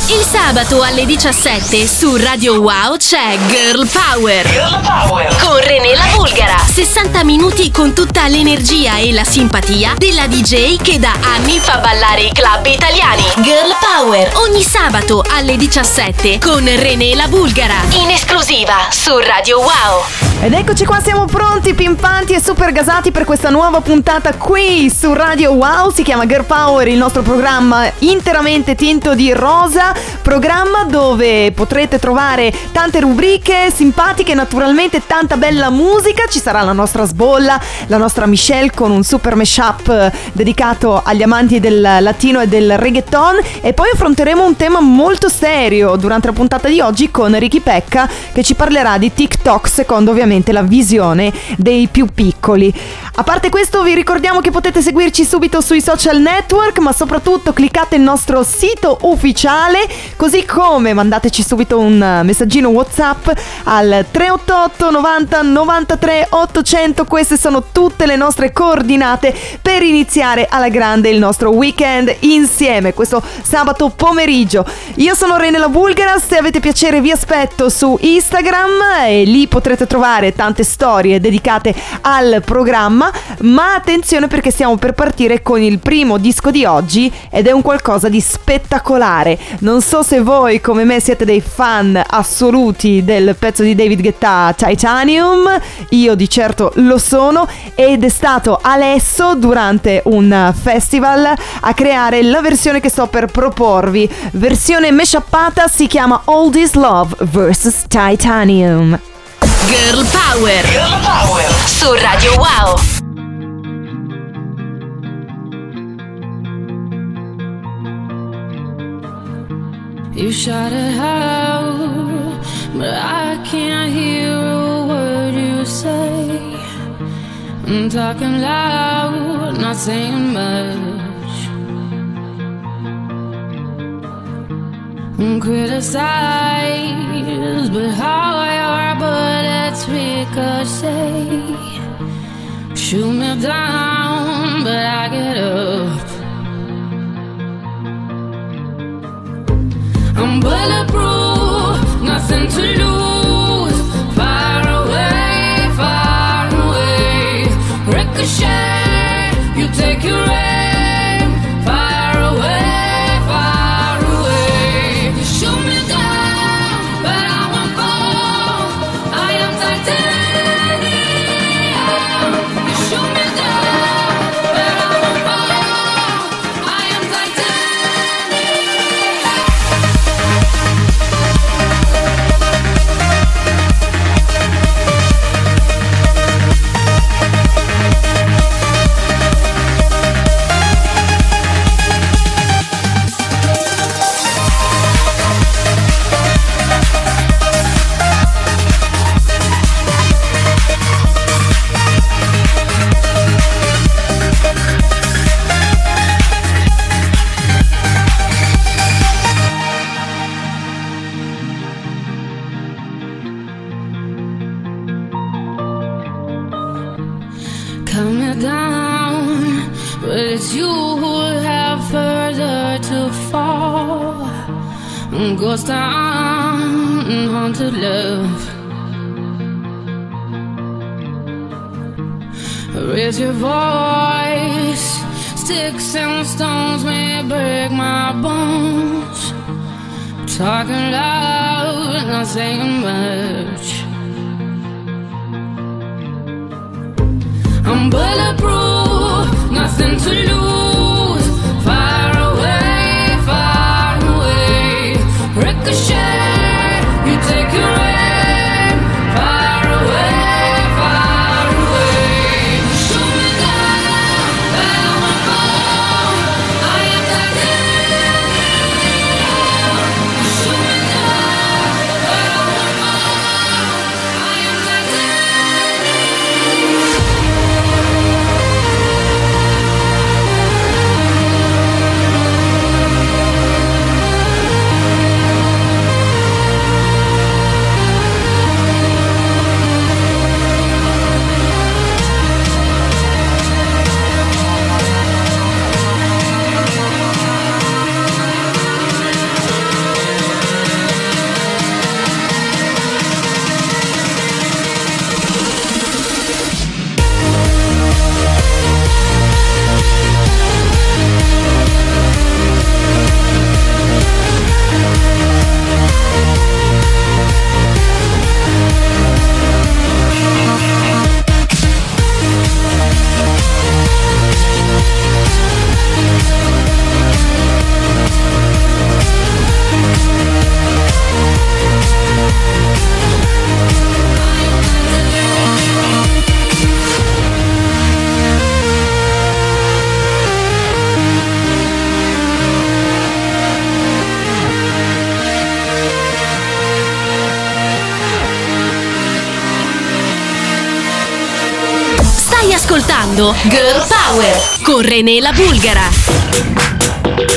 Il sabato alle 17 su Radio Wow c'è Girl Power. Girl Power con René La Bulgara. 60 minuti con tutta l'energia e la simpatia della DJ che da anni fa ballare i club italiani. Girl Power ogni sabato alle 17 con René La Bulgara. In esclusiva su Radio Wow. Ed eccoci qua, siamo pronti, pimpanti e super gasati per questa nuova puntata qui su Radio Wow. Si chiama Girl Power, il nostro programma interamente tinto di rosa. Programma dove potrete trovare tante rubriche simpatiche, naturalmente tanta bella musica. Ci sarà la nostra sbolla, la nostra Michelle con un super mashup dedicato agli amanti del latino e del reggaeton. E poi affronteremo un tema molto serio durante la puntata di oggi con Ricky Pecca, che ci parlerà di TikTok secondo ovviamente la visione dei più piccoli. A parte questo, vi ricordiamo che potete seguirci subito sui social network, ma soprattutto cliccate il nostro sito ufficiale, così come mandateci subito un messaggino WhatsApp al 388 90 93 800. Queste sono tutte le nostre coordinate per iniziare alla grande il nostro weekend insieme questo sabato pomeriggio. Io sono René La Bulgara, se avete piacere vi aspetto su Instagram e lì potrete trovare tante storie dedicate al programma. Ma attenzione, perché stiamo per partire con il primo disco di oggi ed è un qualcosa di spettacolare. Non so se voi come me siete dei fan assoluti del pezzo di David Guetta, Titanium. Io di certo lo sono, ed è stato Alesso durante un festival a creare la versione che sto per proporvi. Versione mashuppata, si chiama All This Love vs Titanium. Girl Power. Girl Power su Radio Wow. You shout it out, but I can't hear a word you say. I'm talking loud, not saying much. I'm criticized, but how your bullets ricochet. Shoot me down, but I get up. I'm bulletproof, nothing to lose. Far away, ricochet. You take your aim. Far away. You shoot me down, but I won't fall. I am titanium. You shoot me down, but I won't fall. I am titanium. Coming down, but it's you who have further to fall. Ghost town, haunted love. Raise your voice. Sticks and stones may break my bones. Talking loud, not saying much. I'm bulletproof, nothing to lose. Far away, ricochet. You take your aim. Far away. Shoot me down, but I won't fall. I am titanium. Shoot me down, but I won't fall. I am titanium. ascoltando Girl Power con René La Bulgara.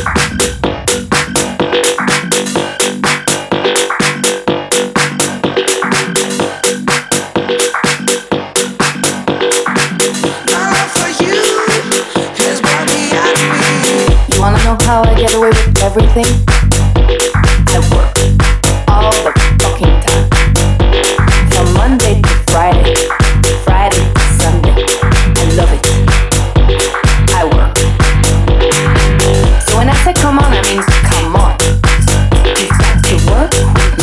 Wanna know how I get away with everything? I work all the fucking time. From Monday to Friday, Friday to Sunday. I love it. I work. So when I say come on, I mean come on. You've got to work with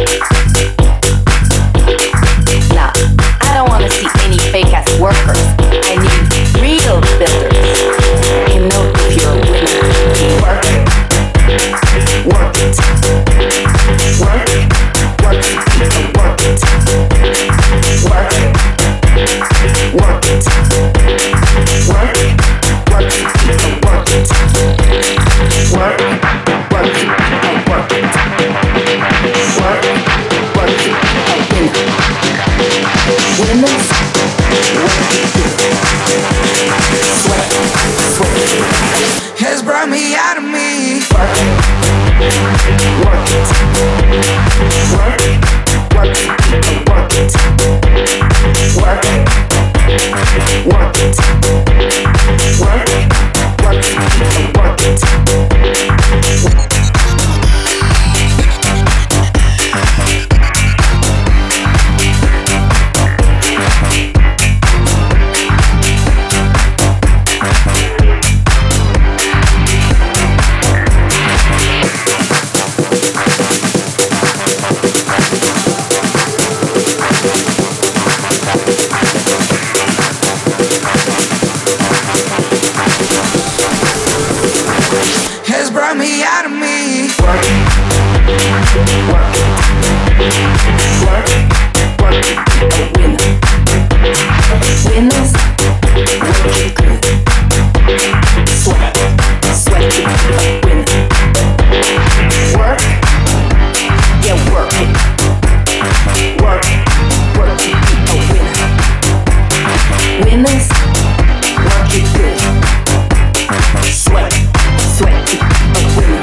me. Now, I don't wanna see any fake ass workers. I need real builders. You know if you're a winner. Work it. Work it. Work it. Work it. Work it. Work it. Work it. Work it. Work it. Work it. Work it. Work it. Work it. Work it. Work it. Winners. Work it. Sweat. Sweat. Has brought me out of me. Work it. Work it. Work it. Work it. Work it. Work it. Work it. Work it. Work it. Work it. Has brought me out of me. Work it. Work it. Work it. Work it. A winner. Winners. Work it good. Sweat. Sweat it. A winner. Work. Yeah, work it. Work. Work it. A winner. Winners. Work it good. Sweat. Sweat it. A winner.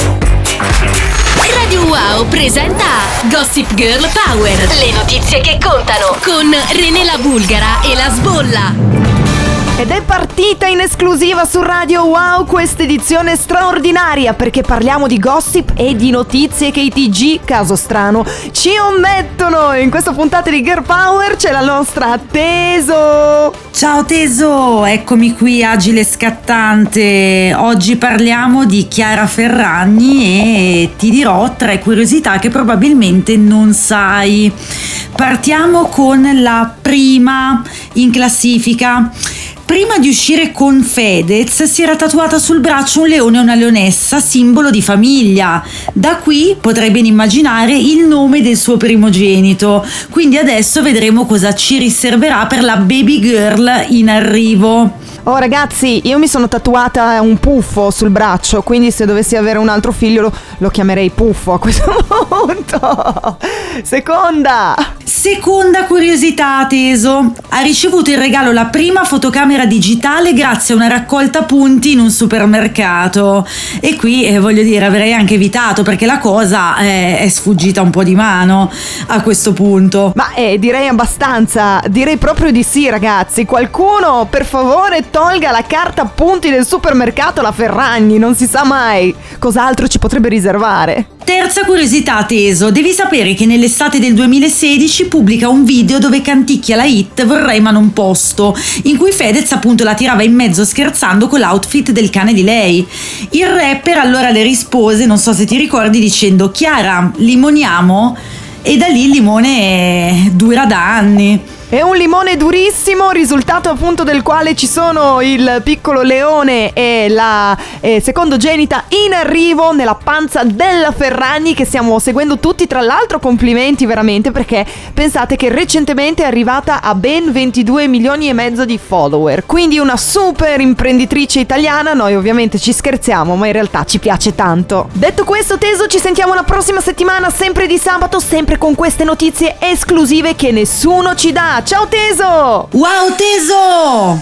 Radio Wow presenta Gossip Girl Power, le notizie che contano, con René La Bulgara e La Sbolla. Ed è partita in esclusiva su Radio Wow questa edizione straordinaria, perché parliamo di gossip e di notizie che i TG, caso strano, ci omettono. In questa puntata di Girl Power c'è la nostra Teso. Ciao Teso, eccomi qui agile e scattante. Oggi parliamo di Chiara Ferragni e ti dirò 3 curiosità che probabilmente non sai. Partiamo con la prima in classifica. Prima di uscire con Fedez si era tatuata sul braccio un leone e una leonessa, simbolo di famiglia. Da qui potrai ben immaginare il nome del suo primogenito. Quindi adesso vedremo cosa ci riserverà per la baby girl in arrivo. Oh ragazzi, io mi sono tatuata un puffo sul braccio, quindi se dovessi avere un altro figlio lo chiamerei Puffo a questo punto. Seconda curiosità, Teso. Ha ricevuto in regalo la prima fotocamera digitale grazie a una raccolta punti in un supermercato. E qui voglio dire, avrei anche evitato, perché la cosa è sfuggita un po' di mano a questo punto. Ma direi abbastanza, direi proprio di sì ragazzi. Qualcuno per favore tolga la carta appunti del supermercato alla Ferragni, non si sa mai cos'altro ci potrebbe riservare. Terza curiosità, Teso. Devi sapere che nell'estate del 2016 pubblica un video dove canticchia la hit Vorrei ma non posto, in cui Fedez appunto la tirava in mezzo scherzando con l'outfit del cane di lei. Il rapper allora le rispose, non so se ti ricordi, dicendo: Chiara, limoniamo? E da lì il limone dura da anni. È un limone durissimo, risultato appunto del quale ci sono il piccolo leone e la secondogenita in arrivo nella panza della Ferragni, che stiamo seguendo tutti. Tra l'altro complimenti veramente, perché pensate che recentemente è arrivata a ben 22 milioni e mezzo di follower, quindi una super imprenditrice italiana. Noi ovviamente ci scherziamo, ma in realtà ci piace tanto. Detto questo, Teso, ci sentiamo la prossima settimana, sempre di sabato, sempre con queste notizie esclusive che nessuno ci dà. Bulgara. Ciao Teso! Wow Teso!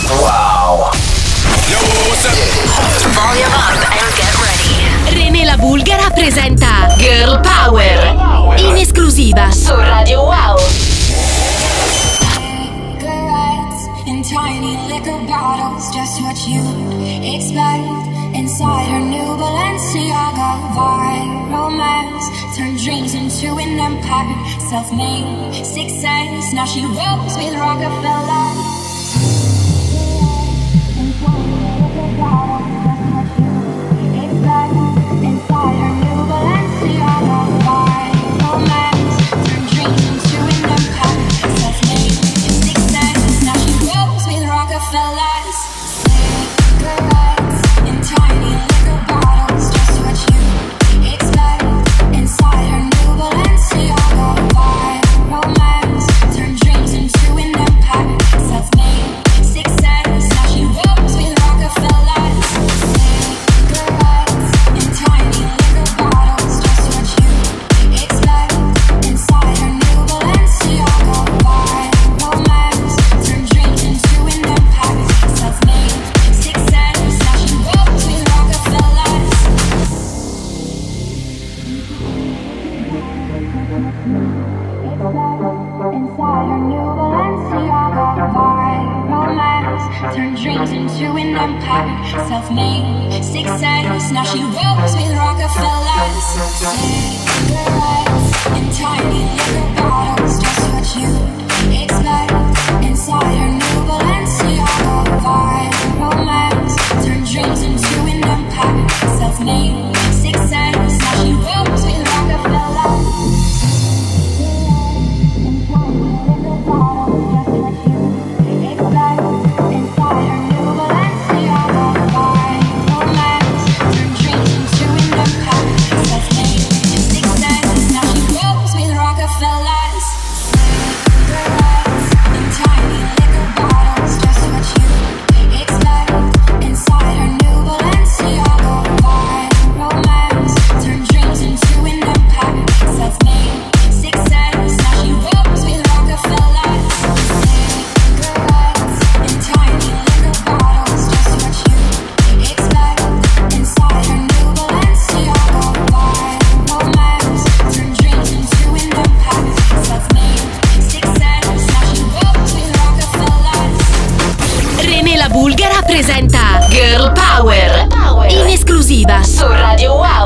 Volume up and get ready. René la Bulgara presenta Girl Power in esclusiva su Radio Wow. Cigarettes in tiny liquor bottles, just what you expect. Inside her new Balenciaga vibe, romance turned dreams into an empire. Self-made success, now she rolls with Rockefeller. Inside her new Balenciaga vibe, romance turned dreams into an empire. Self-made success, now she rolls with Rockefellers. Cigarettes in tiny liquor bottles, just what you expect. Inside her new Balenciaga vibe, romance turned dreams into an empire. Self-made success, now she rolls with Rockefellers. Cigarettes in tiny liquor bottles, just what you expect. Inside her new Balenciaga vibe, romance turned dreams into an empire. Self-made success, now she rolls with Rockefellers. Inside her new Balenciaga vibe, romance turned dreams into an empire. Self-made success, now she rolls with Rockefellers. Cigarettes in tiny liquor bottles, just what you expect. Inside her new Balenciaga vibe, romance turned dreams into an empire. Self-made success, now she rolls with Rockefellers. René la Bulgara presenta Girl Power in esclusiva su Radio Wow.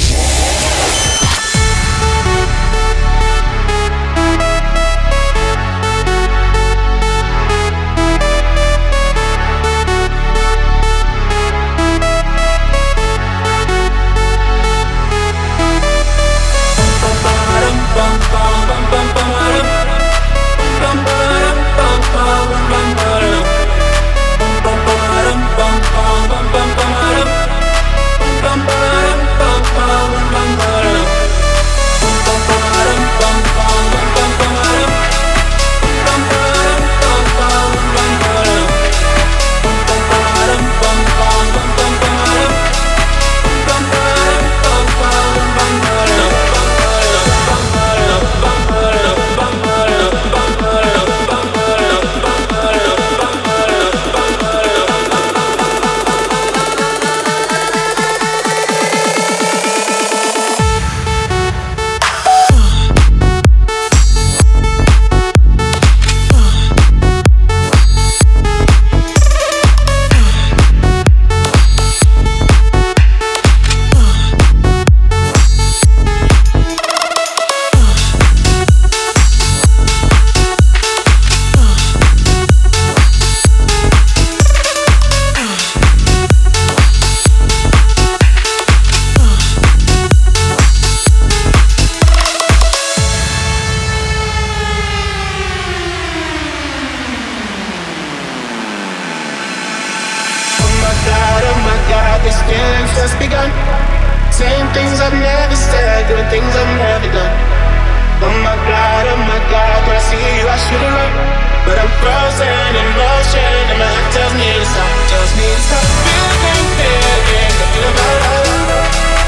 This feeling's just begun. Saying things I've never said, doing things I've never done. Oh my God, when I see you I should've run, but I'm frozen in motion and my heart tells me to stop. Tells me to stop feeling, I feel about love.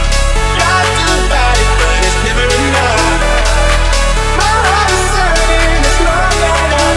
Try to fight it, but it's never enough. My heart is hurting, it's long and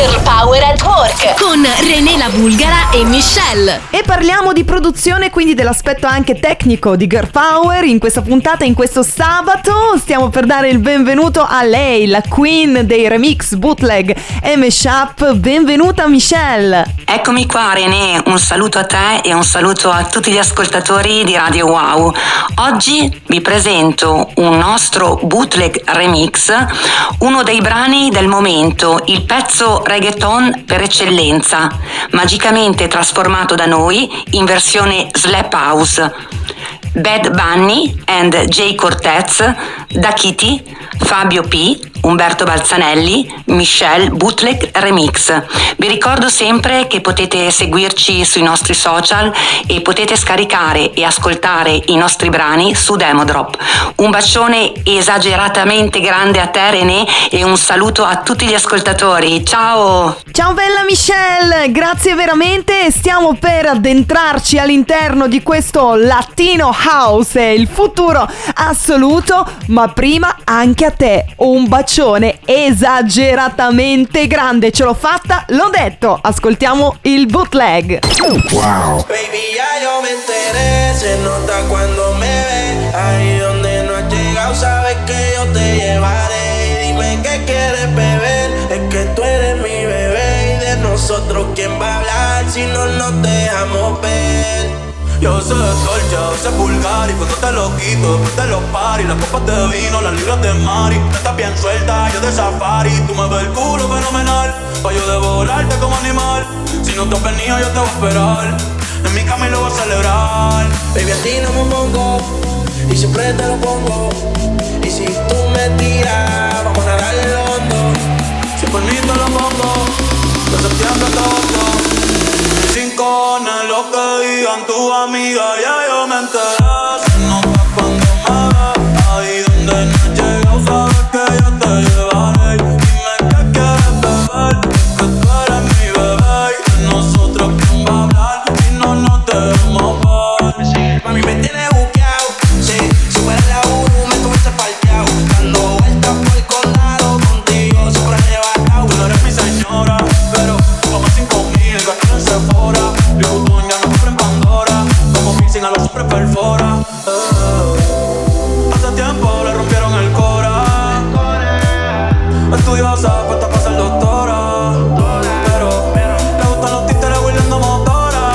Girl Power at Work con René La Bulgara e Michelle. E parliamo di produzione, quindi dell'aspetto anche tecnico di Girl Power. In questa puntata, in questo sabato, stiamo per dare il benvenuto a lei, la queen dei remix, bootleg e mashup. Benvenuta Michelle. Eccomi qua René, un saluto a te e un saluto a tutti gli ascoltatori di Radio Wow. Oggi vi presento un nostro bootleg remix, uno dei brani del momento, il pezzo reggaeton per eccellenza, magicamente trasformato da noi in versione slap house. Bad Bunny and Jay Cortez, Da Kitty, Fabio P, Umberto Balzanelli, Michelle Bootleg Remix. Vi ricordo sempre che potete seguirci sui nostri social e potete scaricare e ascoltare i nostri brani su Demodrop. Un bacione esageratamente grande a te René e un saluto a tutti gli ascoltatori. Ciao! Ciao bella Michelle, grazie veramente. Stiamo per addentrarci all'interno di questo latino house, il futuro assoluto, ma prima anche a te un bacione esageratamente grande. Ce l'ho fatta, l'ho detto. Ascoltiamo il bootleg. Wow. Baby, ya yo me enteré, se nota cuando me ve. Ahí donde no has llegado, sabes que yo te llevaré. Dime qué quieres beber, es que tú eres mi bebé. Y de nosotros, ¿quién va a hablar si no nos dejamos ver? Yo sé Dolce, yo sé Bulgari, cuando te lo quito, después de los paris, las copas de vino, las libras de Mari. Estás bien suelta, yo de safari, tú me ves el culo fenomenal, pa' yo devorarte como animal. Si no te has venido yo te voy a esperar, en mi cama y lo voy a celebrar. Baby, a ti no me pongo, y siempre te lo pongo. Y si tú me tiras, vamos a nadar el hondo. Si por mí te lo pongo, de septiembre hasta agosto. Sin cojones lo que digan tu amiga, ya yo me enteré. Se nota cuando me ves, ahí donde no has llegado, sabes que yo te llevaré. Dime qué quieres beber, que tú eres mi bebé. Y de nosotros quién va a hablar, si no nos dejamos ver. Mami me tiene buqueado, sí, si fuera la Uru me tuviese parqueado. Dando vueltas por el condado, contigo siempre arrebatado. Tú no eres mi señora, pero como 5,000 gastos en Sephora. Louboutin ya no compra en Pandora, como piercing a los hombres perfora. Hace tiempo le rompieron el cora. Estudiosa, puesta para ser doctora, pero le gustan los títeres huirleando motora.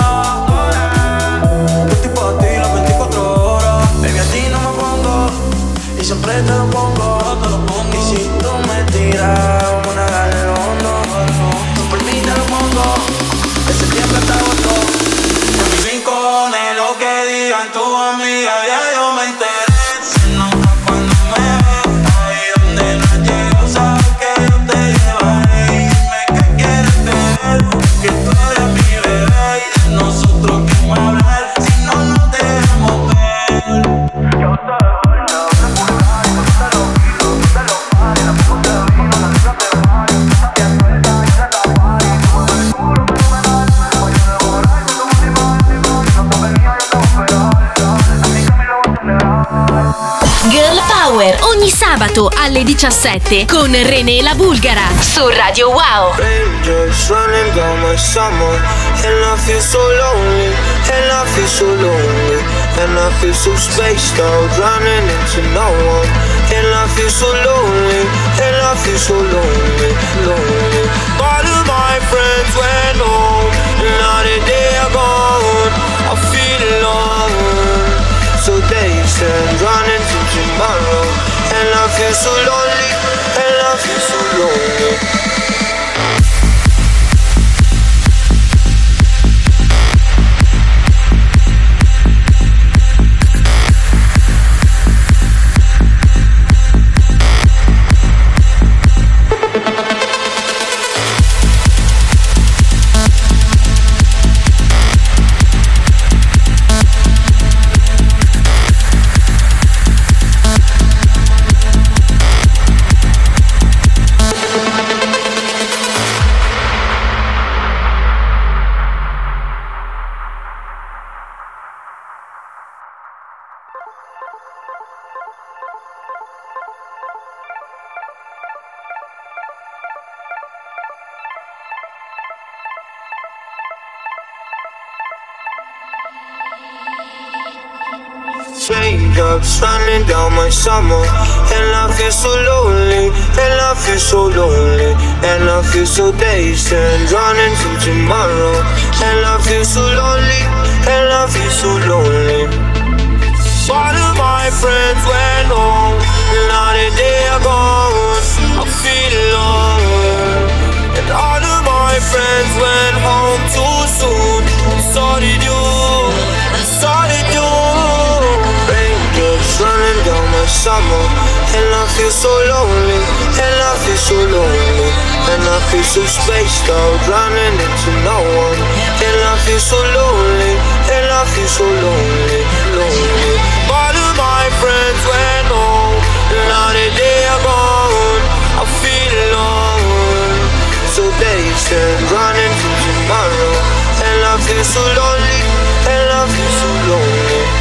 Yo estoy pa' ti las 24 horas. Baby, a ti no me pongo, y siempre te lo pongo. Y si tú me tiras, vamos a nadar el hondo. Si por mí te lo pongo, de septiembre hasta agosto. Por mis rincones, lo que digan tu amiga, ya yo me enteré. Se nota cuando me ves, ahí donde no has llegado, sabes que yo te llevaré. Dime qué quieres beber, que tú eres mi bebé. Y de nosotros quién va a hablar, si no nos dejamos ver. Yo te Girl Power ogni sabato alle 17 con René La Bulgara su Radio Wow. Just running down my summer, and I feel so lonely, and I feel so lonely, and I feel so spaced out, running into no one, and I feel so lonely, and I feel so lonely, lonely. All of my friends went home, and now that they are gone, I feel alone. So they said running to tomorrow, and I feel so lonely, and I feel so lonely. Raindrops running down my summer, and I feel so lonely, and I feel so lonely, and I feel so dazed and running to tomorrow, and I feel so lonely, and I feel so lonely. One of my friends went home, now that they are gone, I feel alone. And all of my friends went home too soon, so did you, so did you. Raindrops running down my summer, and I feel so lonely, and I feel so lonely, and I feel so spaced out, running into no one, and I feel so lonely, and I feel so lonely, lonely. All of my friends went home, now that they are gone, I feel alone. So dazed and running to tomorrow, and I feel so lonely, and I feel so lonely.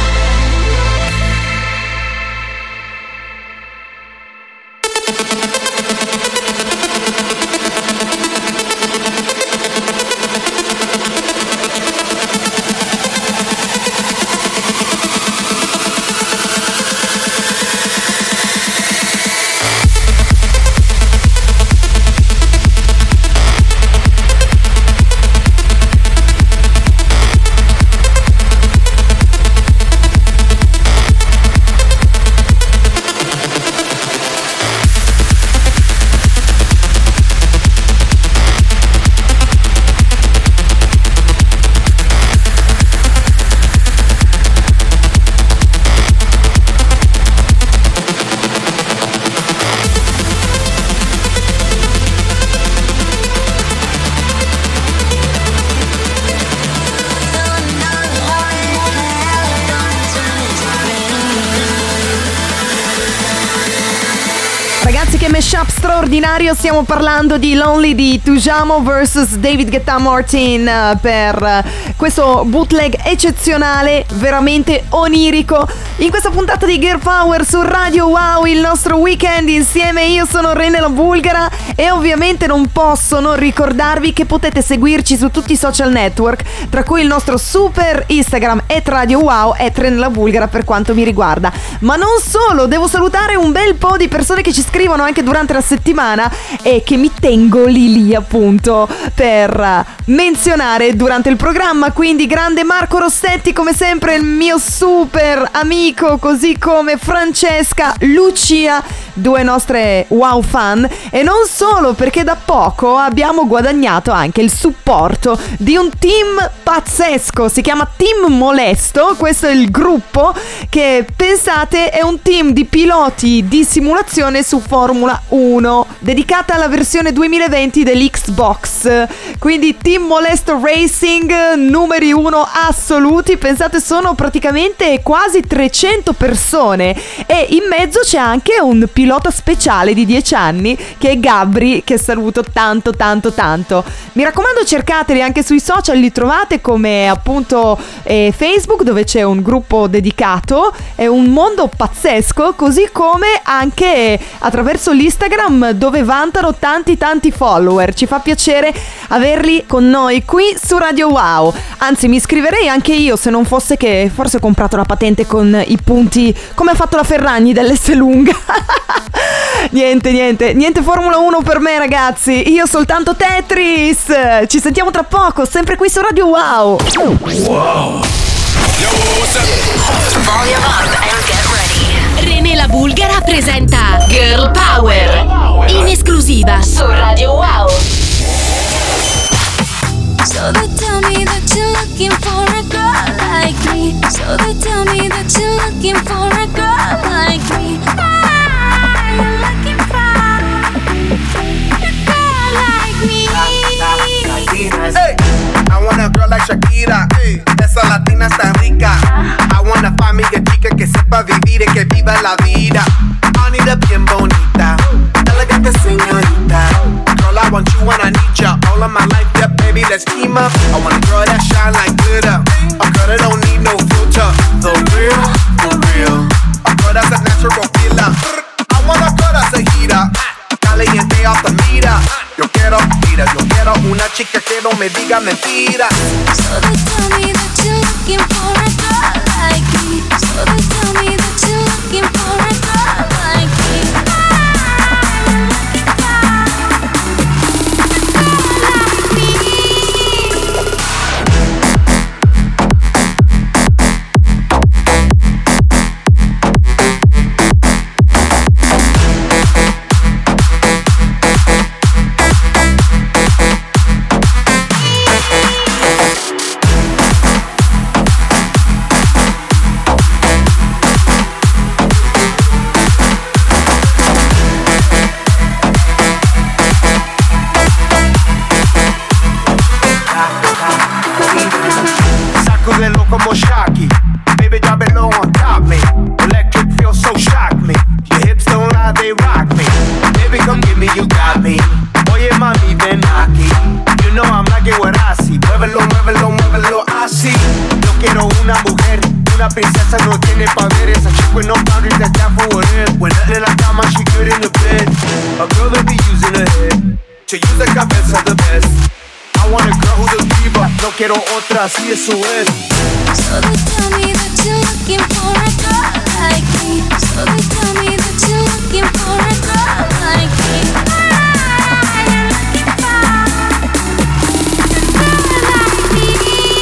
Mashup straordinario, stiamo parlando di Lonely di Tujamo vs David Guetta Martin per questo bootleg eccezionale, veramente onirico. In questa puntata di Girl Power su Radio Wow, il nostro weekend insieme, io sono Rene la Bulgara e ovviamente non posso non ricordarvi che potete seguirci su tutti i social network, tra cui il nostro super Instagram @Radio Wow @Rene la Bulgara per quanto mi riguarda. Ma non solo, devo salutare un bel po' di persone che ci scrivono anche durante la settimana e che mi tengo lì appunto per menzionare durante il programma. Quindi grande Marco Rossetti, come sempre il mio super amico, così come Francesca, Lucia, due nostre wow fan, e non solo, perché da poco abbiamo guadagnato anche il supporto di un team pazzesco, si chiama Team Molesto. Questo è il gruppo che, pensate, è un team di piloti di simulazione su Formula 1 dedicata alla versione 2020 dell'Xbox. Quindi Team Molesto Racing, numeri 1 assoluti. Pensate, sono praticamente quasi 300 persone e in mezzo c'è anche un pilota speciale di 10 anni che è Gabri, che saluto tanto tanto tanto. Mi raccomando, cercateli anche sui social, li trovate come appunto Facebook, dove c'è un gruppo dedicato. È un mondo pazzesco, così come anche attraverso l'Instagram, dove vantano tanti follower. Ci fa piacere averli con noi qui su Radio Wow. Anzi, mi iscriverei anche io, se non fosse che forse ho comprato la patente con i punti, come ha fatto la Ferragni dell'Esselunga. Niente Formula 1 per me, ragazzi. Io soltanto Tetris. Ci sentiamo tra poco, sempre qui su Radio Wow. Wow. Volume up and get ready. Rene la Bulgara presenta Girl Power in esclusiva su Radio Wow. So they tell me that you're looking for a girl like me. So they tell me that you're looking for a girl like me. You're looking for a girl like me. Hey, I want a girl like Shakira. Hey, esa latina está rica. I wanna find me a chica que sepa vivir y que viva la vida. Anita bien bonita, elegante señorita. Girl, I want you and I need ya all of my life. Yeah, baby, let's team up. I want a girl that shine like glitter. A girl that don't need no filter. The real, for real. A girl that's a natural killer. I want a girl that's a heater. Caliente off the meter. Yo quiero una chica que no me diga mentiras. So they tell me that you're looking for a girl like me. So they tell me tiene pa' ver esa chick with no boundaries, that's down for what is. When nothing in la cama, she good in the bed. A girl that be using her head to use the cabeza the best. I want a girl who's a diva, no quiero otra, así eso es. So they tell me that you're looking for a girl like me. So they tell me that you're looking for a girl like me. You're looking for a girl like me.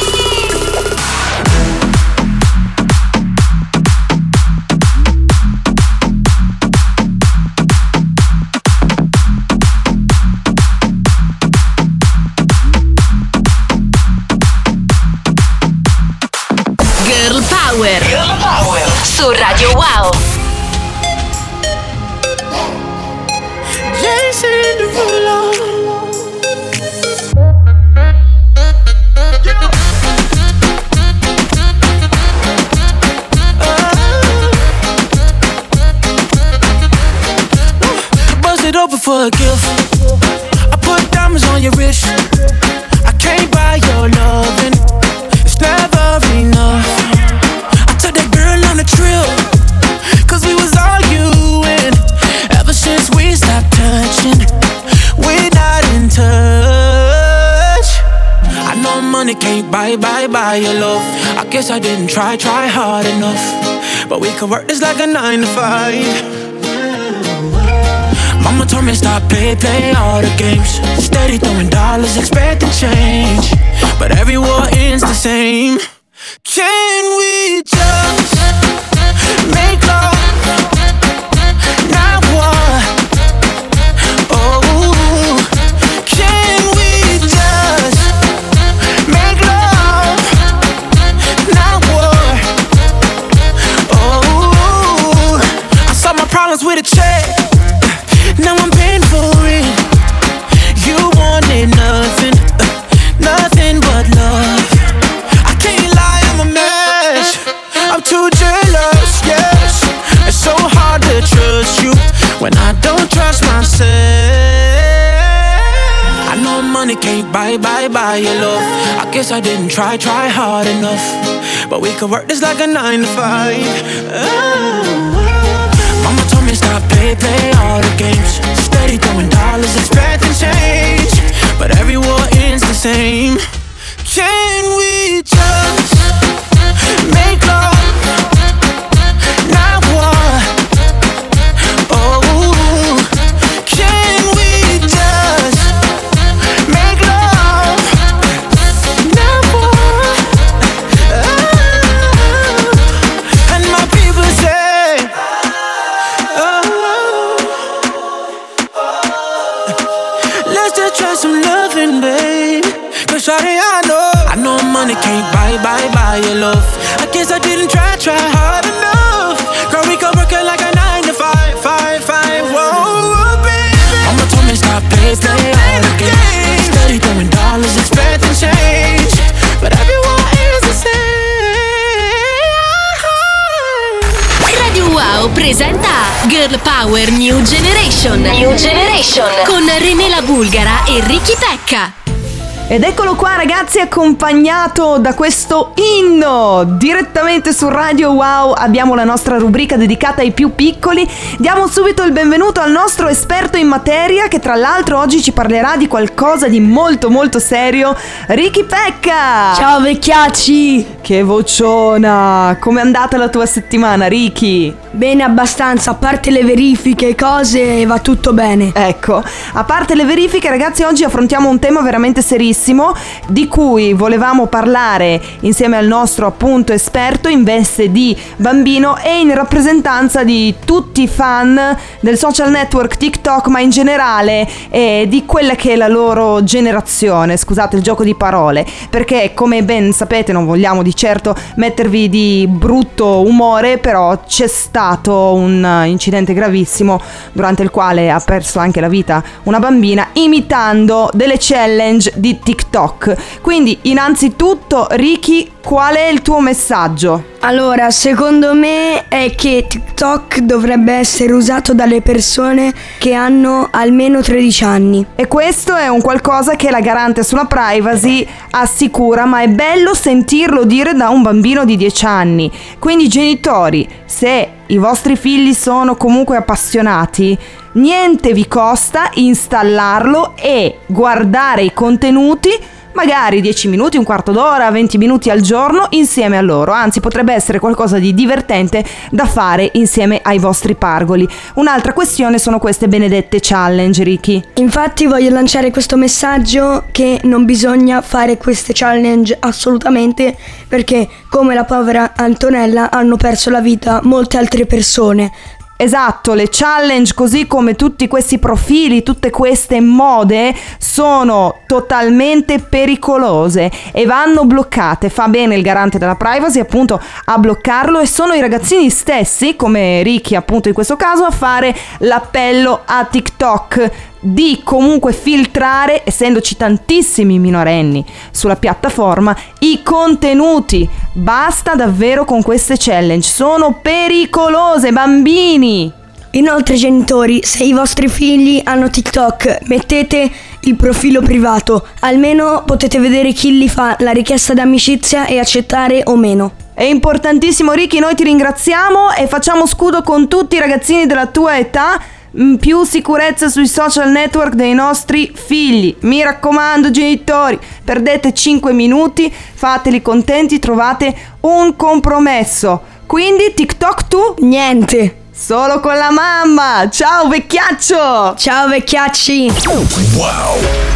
Girl Power su Radio Wow. Jason Derulo. Bust it open for a gift. I put diamonds on your wrist. I can't buy your loving. It's never enough. I took that girl on a trip, 'cause we was arguing. Ever since we stopped touching, we're not in touch. I know money can't buy your love. I guess I didn't try hard enough. But we could work this like a 9 to 5. Mama told me stop play all the games. Steady throwing dollars, expecting change. But every war ends the same. Can we just make love, not war? Oh, can we just make love, not war? Oh, I solved my problems with a check. Now I'm paying for it. You wanted nothing, nothing but love. I can't lie, I'm a mess. I'm too jealous, yes. It's so hard to trust you when I don't trust myself. I know money can't buy your love. I guess I didn't try hard enough. But we could work this like a 9 to 5. Mama told me stop play all the games. Steady throwing dollars, expecting change. But every war ends the same. Can we just make love, not war? Oh, can we just make love, not war? And my people say, let's just try some loving, babe. 'Cause shawty, I know money can't buy your love. I guess I didn't try hard enough. Girl, we could work it like a 9 to 5. Whoa, baby. Mama told me stop play all the games. Steady throwing dollars, expecting change. But everyone is the same. Radio Wow presenta Girl Power New Generation con Renela Bulgara e Ricky Pecca. Ed eccolo qua ragazzi, accompagnato da questo inno direttamente su Radio Wow. Abbiamo la nostra rubrica dedicata ai più piccoli. Diamo subito il benvenuto al nostro esperto in materia, che tra l'altro oggi ci parlerà di qualcosa di molto molto serio, Ricky Pecca. Ciao vecchiacci. Che vociona. Com'è andata la tua settimana, Ricky? Bene abbastanza, a parte le verifiche e cose va tutto bene. Ecco, a parte le verifiche ragazzi, oggi affrontiamo un tema veramente serissimo, di cui volevamo parlare insieme al nostro appunto esperto in veste di bambino e in rappresentanza di tutti i fan del social network TikTok, ma in generale di quella che è la loro generazione. Scusate il gioco di parole, perché come ben sapete non vogliamo di certo mettervi di brutto umore, però c'è stato un incidente gravissimo durante il quale ha perso anche la vita una bambina imitando delle challenge di TikTok. TikTok. Quindi innanzitutto Ricky, qual è il tuo messaggio? Allora, secondo me è che TikTok dovrebbe essere usato dalle persone che hanno almeno 13 anni. E questo è un qualcosa che la garante sulla privacy assicura, ma è bello sentirlo dire da un bambino di 10 anni. Quindi genitori, se i vostri figli sono comunque appassionati, niente vi costa installarlo e guardare i contenuti magari 10 minuti, un quarto d'ora, 20 minuti al giorno insieme a loro. Anzi, potrebbe essere qualcosa di divertente da fare insieme ai vostri pargoli. Un'altra questione sono queste benedette challenge, Ricky. Infatti voglio lanciare questo messaggio che non bisogna fare queste challenge assolutamente, perché come la povera Antonella hanno perso la vita molte altre persone. Esatto, le challenge, così come tutti questi profili, tutte queste mode, sono totalmente pericolose e vanno bloccate. Fa bene il garante della privacy appunto a bloccarlo, e sono i ragazzini stessi, come Ricky appunto in questo caso, a fare l'appello a TikTok di comunque filtrare, essendoci tantissimi minorenni sulla piattaforma, i contenuti. Basta davvero con queste challenge, sono pericolose, bambini. Inoltre genitori, se i vostri figli hanno TikTok, mettete il profilo privato, almeno potete vedere chi gli fa la richiesta d'amicizia e accettare o meno. È importantissimo, Ricky, noi ti ringraziamo e facciamo scudo con tutti i ragazzini della tua età. Più sicurezza sui social network dei nostri figli. Mi raccomando genitori, perdete 5 minuti, fateli contenti, trovate un compromesso. Quindi TikTok tu? Niente. Solo con la mamma. Ciao vecchiaccio. Ciao vecchiacci. Wow.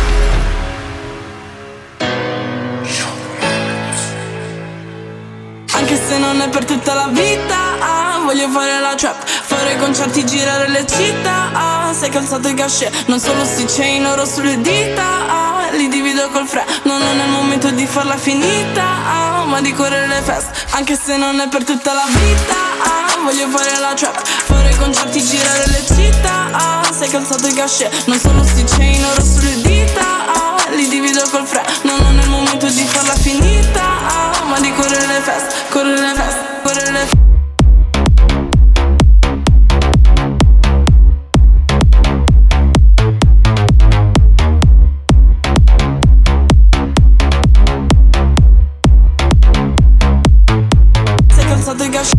Anche se non è per tutta la vita, voglio fare la trap, fare concerti, girare le città, sei calzato i cachet, non solo sti chain oro sulle dita, li divido col fre, non è il momento di farla finita, ma di correre le feste. Anche se non è per tutta la vita, voglio fare la trap, fare concerti, girare le città, sei calzato i cachet, non solo sti chain oro sulle dita, li divido col fre, non è il momento di farla finita, ma di correre le feste, correre le feste, correre le feste. Sei calzato i cachet.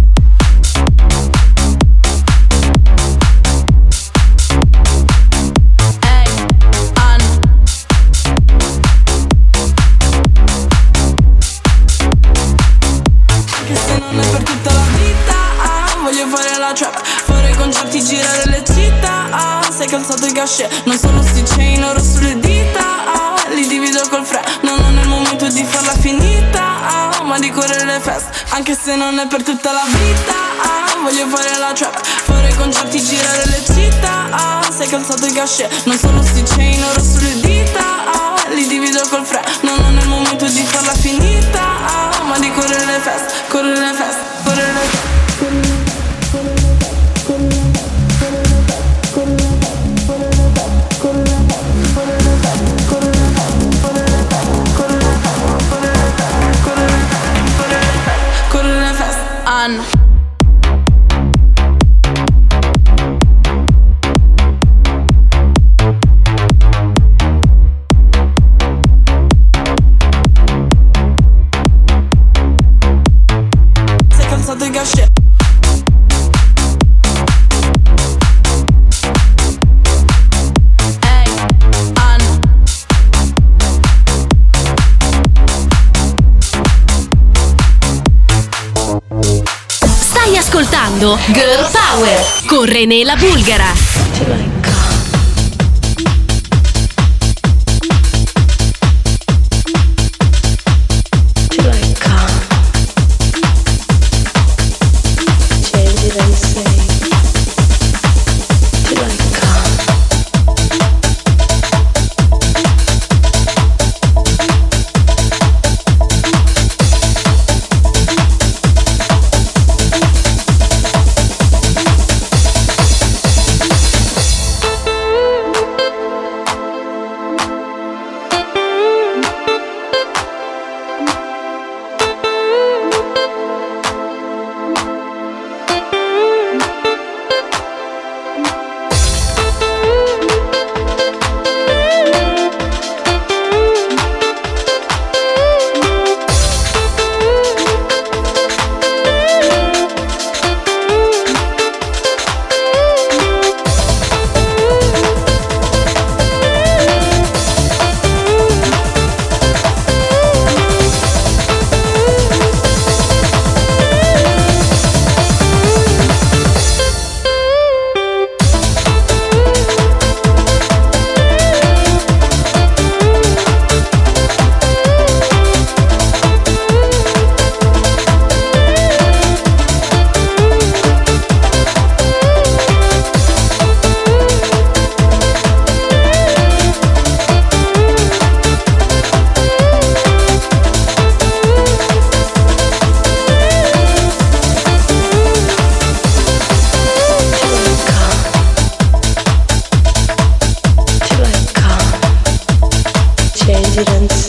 Girare le città, sei calzato i cachet, non solo sti chain oro sulle dita, li divido col fre, non è il momento di farla finita, ma di correre le feste. Anche se non è per tutta la vita, voglio fare la trap, fare concerti, girare le città, sei calzato i cachet, non solo sti chain oro sulle dita, li divido col fre, non è il momento di farla finita, ma di correre le feste, correre le feste, correre le feste. Sei calzato i cachet. Stai ascoltando Girl Power con René La Bulgara.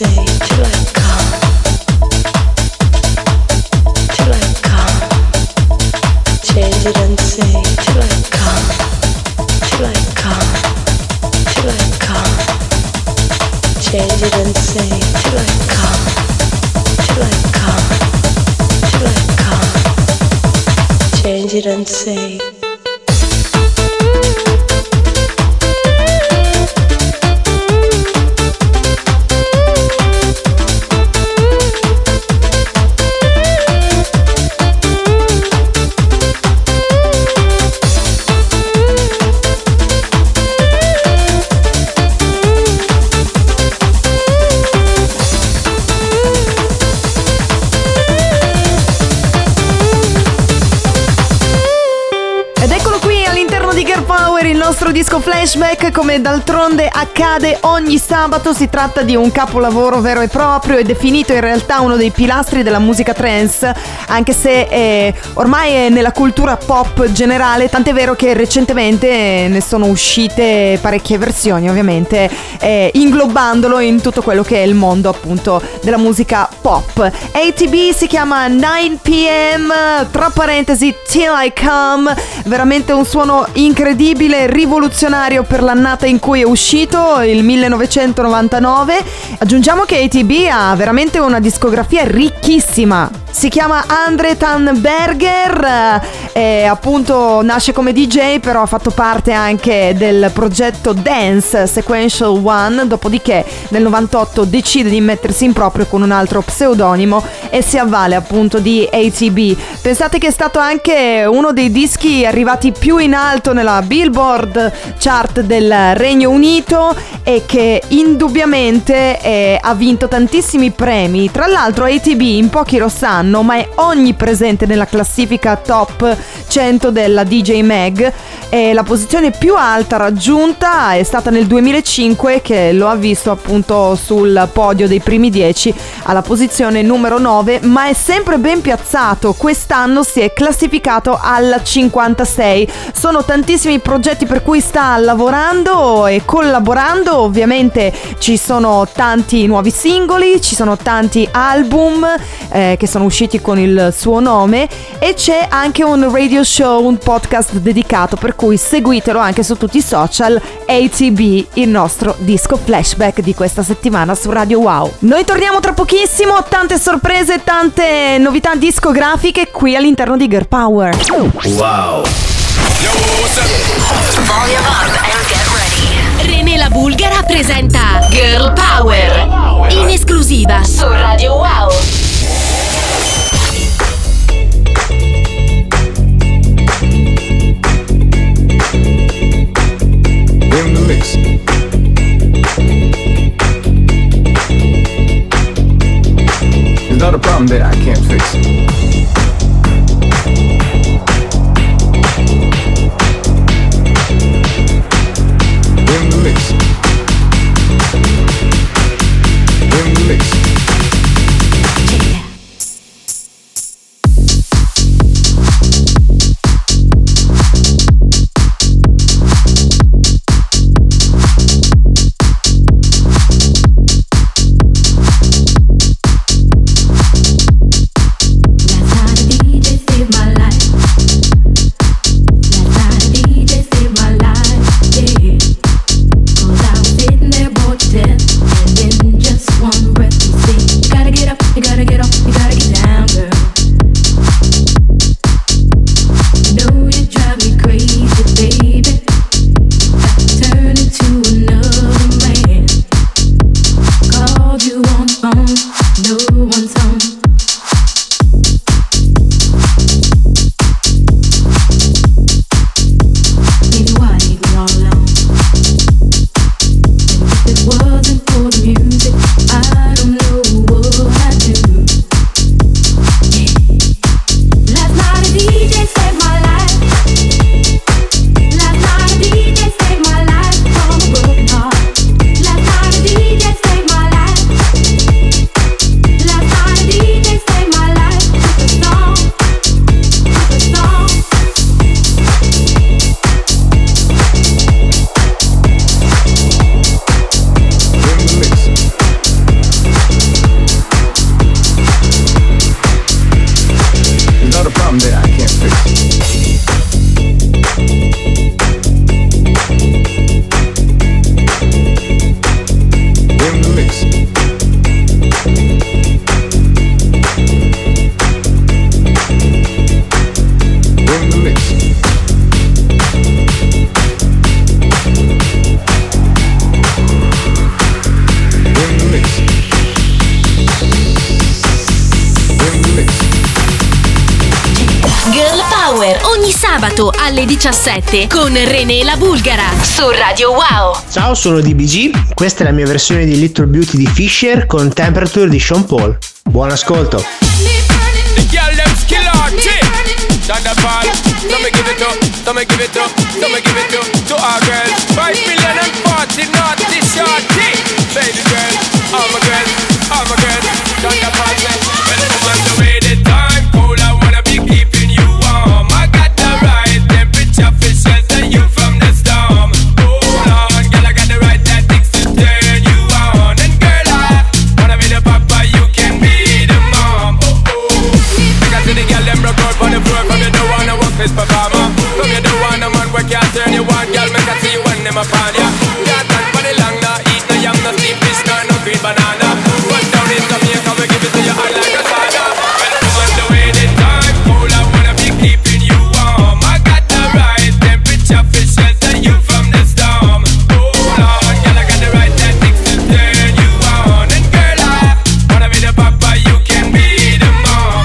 say till I come, till I come. Change it and say till I come, till I come, till I come. Change it and say till I come, till I come, till I come. Change it and say. Il nostro disco flashback, come d'altronde accade ogni sabato, si tratta di un capolavoro vero e proprio e definito in realtà uno dei pilastri della musica trance, anche se ormai è nella cultura pop generale, tant'è vero che recentemente ne sono uscite parecchie versioni, ovviamente inglobandolo in tutto quello che è il mondo appunto della musica pop. ATB si chiama 9 PM, tra parentesi Till I Come, veramente un suono incredibile, rivoluzionario per l'annata in cui è uscito, il 1999. Aggiungiamo che ATB ha veramente una discografia ricchissima. Si chiama Andre Tannberger, appunto nasce come DJ, però ha fatto parte anche del progetto Dance Sequential One, dopodiché nel 98 decide di mettersi in proprio con un altro pseudonimo e si avvale appunto di ATB. Pensate che è stato anche uno dei dischi arrivati più in alto nella Billboard chart del Regno Unito e che indubbiamente ha vinto tantissimi premi. Tra l'altro ATB, in pochi lo sanno, ma è onnipresente nella classifica top 100 della DJ Mag, e la posizione più alta raggiunta è stata nel 2005, che lo ha visto appunto sul podio dei primi 10 alla posizione numero 9, ma è sempre ben piazzato. Quest'anno si è classificato al 56. Sono tantissimi progetti per cui sta lavorando e collaborando, ovviamente ci sono tanti nuovi singoli, ci sono tanti album che sono usciti con il suo nome, e c'è anche un radio show, un podcast dedicato, per cui seguitelo anche su tutti i social. ATB, il nostro disco flashback di questa settimana su Radio Wow. Noi torniamo tra pochissimo, tante sorprese, tante novità discografiche qui all'interno di Girl Power. Wow. René la Bulgara presenta Girl Power in esclusiva su Radio Wow. In the mix. It's not a problem that I can't fix. In the mix. In the mix. Cause In the mix. In the mix. In the mix. Girl Power ogni sabato alle 17 con René La Bulgara su Radio Wow. Ciao, sono DBG, questa è la mia versione di Little Beauty di Fisher con Temperature di Sean Paul. Buon ascolto. The girl them skill artist. Thunderball. So me give it up, so me give it up, so me give it up to our girls. 5 million and 40 naughty shorty. Baby girl, all my girls, all my girls. Thunderball say, well come on the way the time cold, I wanna be keeping you warm. I got the right temperature for shelter you from the storm. Hold on, girl, I got the right tactics to turn you on. And girl, I wanna be the papa, you can be the mom. I see the girl them broke out on the floor. From you don't wanna work this performer. From you don't wanna man where can't turn you on. Girl, make I see you when them upon ya. Can't stand for the long, no eat no yam, no steam fish, no green banana. Run down in Jamaica, we give it to you hot like a sauna. Well, come on the way the time cold, I wanna be keeping you warm. I got the right temperature for shelter you from the storm. Hold on, girl, I got the right tactics to turn you on. And girl, I wanna be the papa, you can be the mom.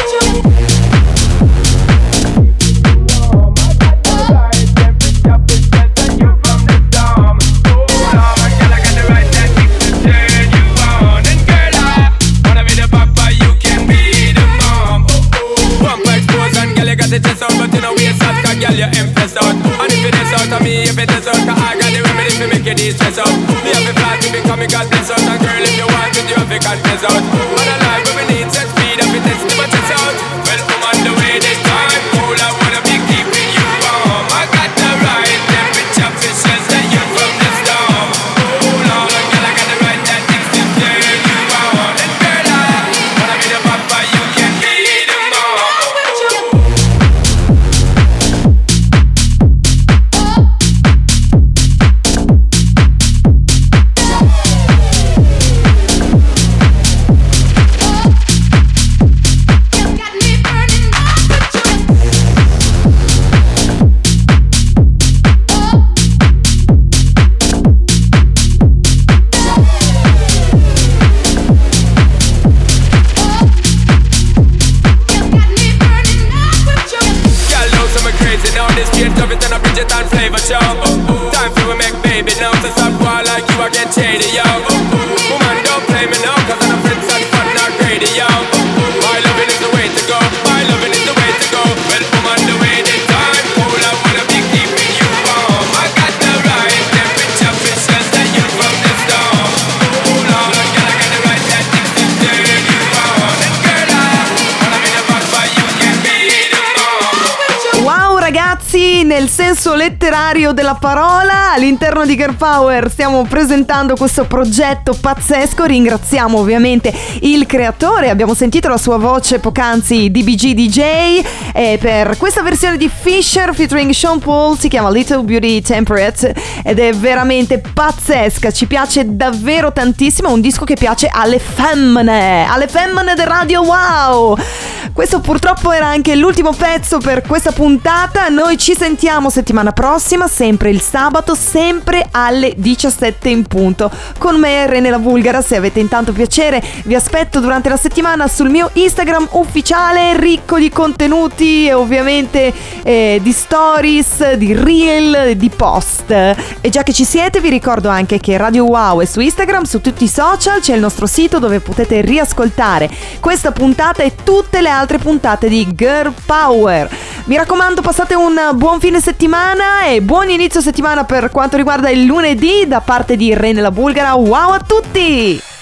Test out, but you know we start, cause girl, you impressed out. And if it is out of me, if it is out, cause I got the remedy to make you de-stress out. Me have a plan to become a god bless out. And girl, if you want it, you have a confess out. On a life where we need set speed, if it is to my chest out. Well, come on the way this time cold, I wanna be keeping you warm. I got the right temperature for shelter you from the storm. Hold on, girl, I got the right tactics to turn you on. And girl, I wanna be the papa, you can be the mom. Time for we make baby now. To stop war like you again shady, yo. Woman, don't play me now, cause I'm a prince and fun not greedy, yo. My loving is the way to go, my loving is the way to go. Well, woman, the way the time cold, I wanna be keeping you warm. I got the right temperature for shelter you from the storm. Hold on, girl, I got the right tactics to turn you on. And girl, I wanna be the papa, you can be the mom. Wow ragazzi, nel senso letterario della parola, all'interno di Girl Power stiamo presentando questo progetto pazzesco. Ringraziamo ovviamente il creatore, abbiamo sentito la sua voce poc'anzi, DBG DJ, e per questa versione di Fisher featuring Sean Paul si chiama Little Beauty Temperate ed è veramente pazzesca, ci piace davvero tantissimo, è un disco che piace alle femmine del Radio Wow. Questo purtroppo era anche l'ultimo pezzo per questa puntata. Noi ci sentiamo settimana prossima, sempre il sabato, sempre alle 17 in punto. Con me, René La Bulgara. Se avete intanto piacere, vi aspetto durante la settimana sul mio Instagram ufficiale, ricco di contenuti e ovviamente di stories, di reel, di post. E già che ci siete, vi ricordo anche che Radio Wow è su Instagram, su tutti i social, c'è il nostro sito dove potete riascoltare questa puntata e tutte le altre puntate di Girl Power. Mi raccomando, passate un buon fine settimana e buon inizio settimana per quanto riguarda il lunedì da parte di René La Bulgara. Wow a tutti!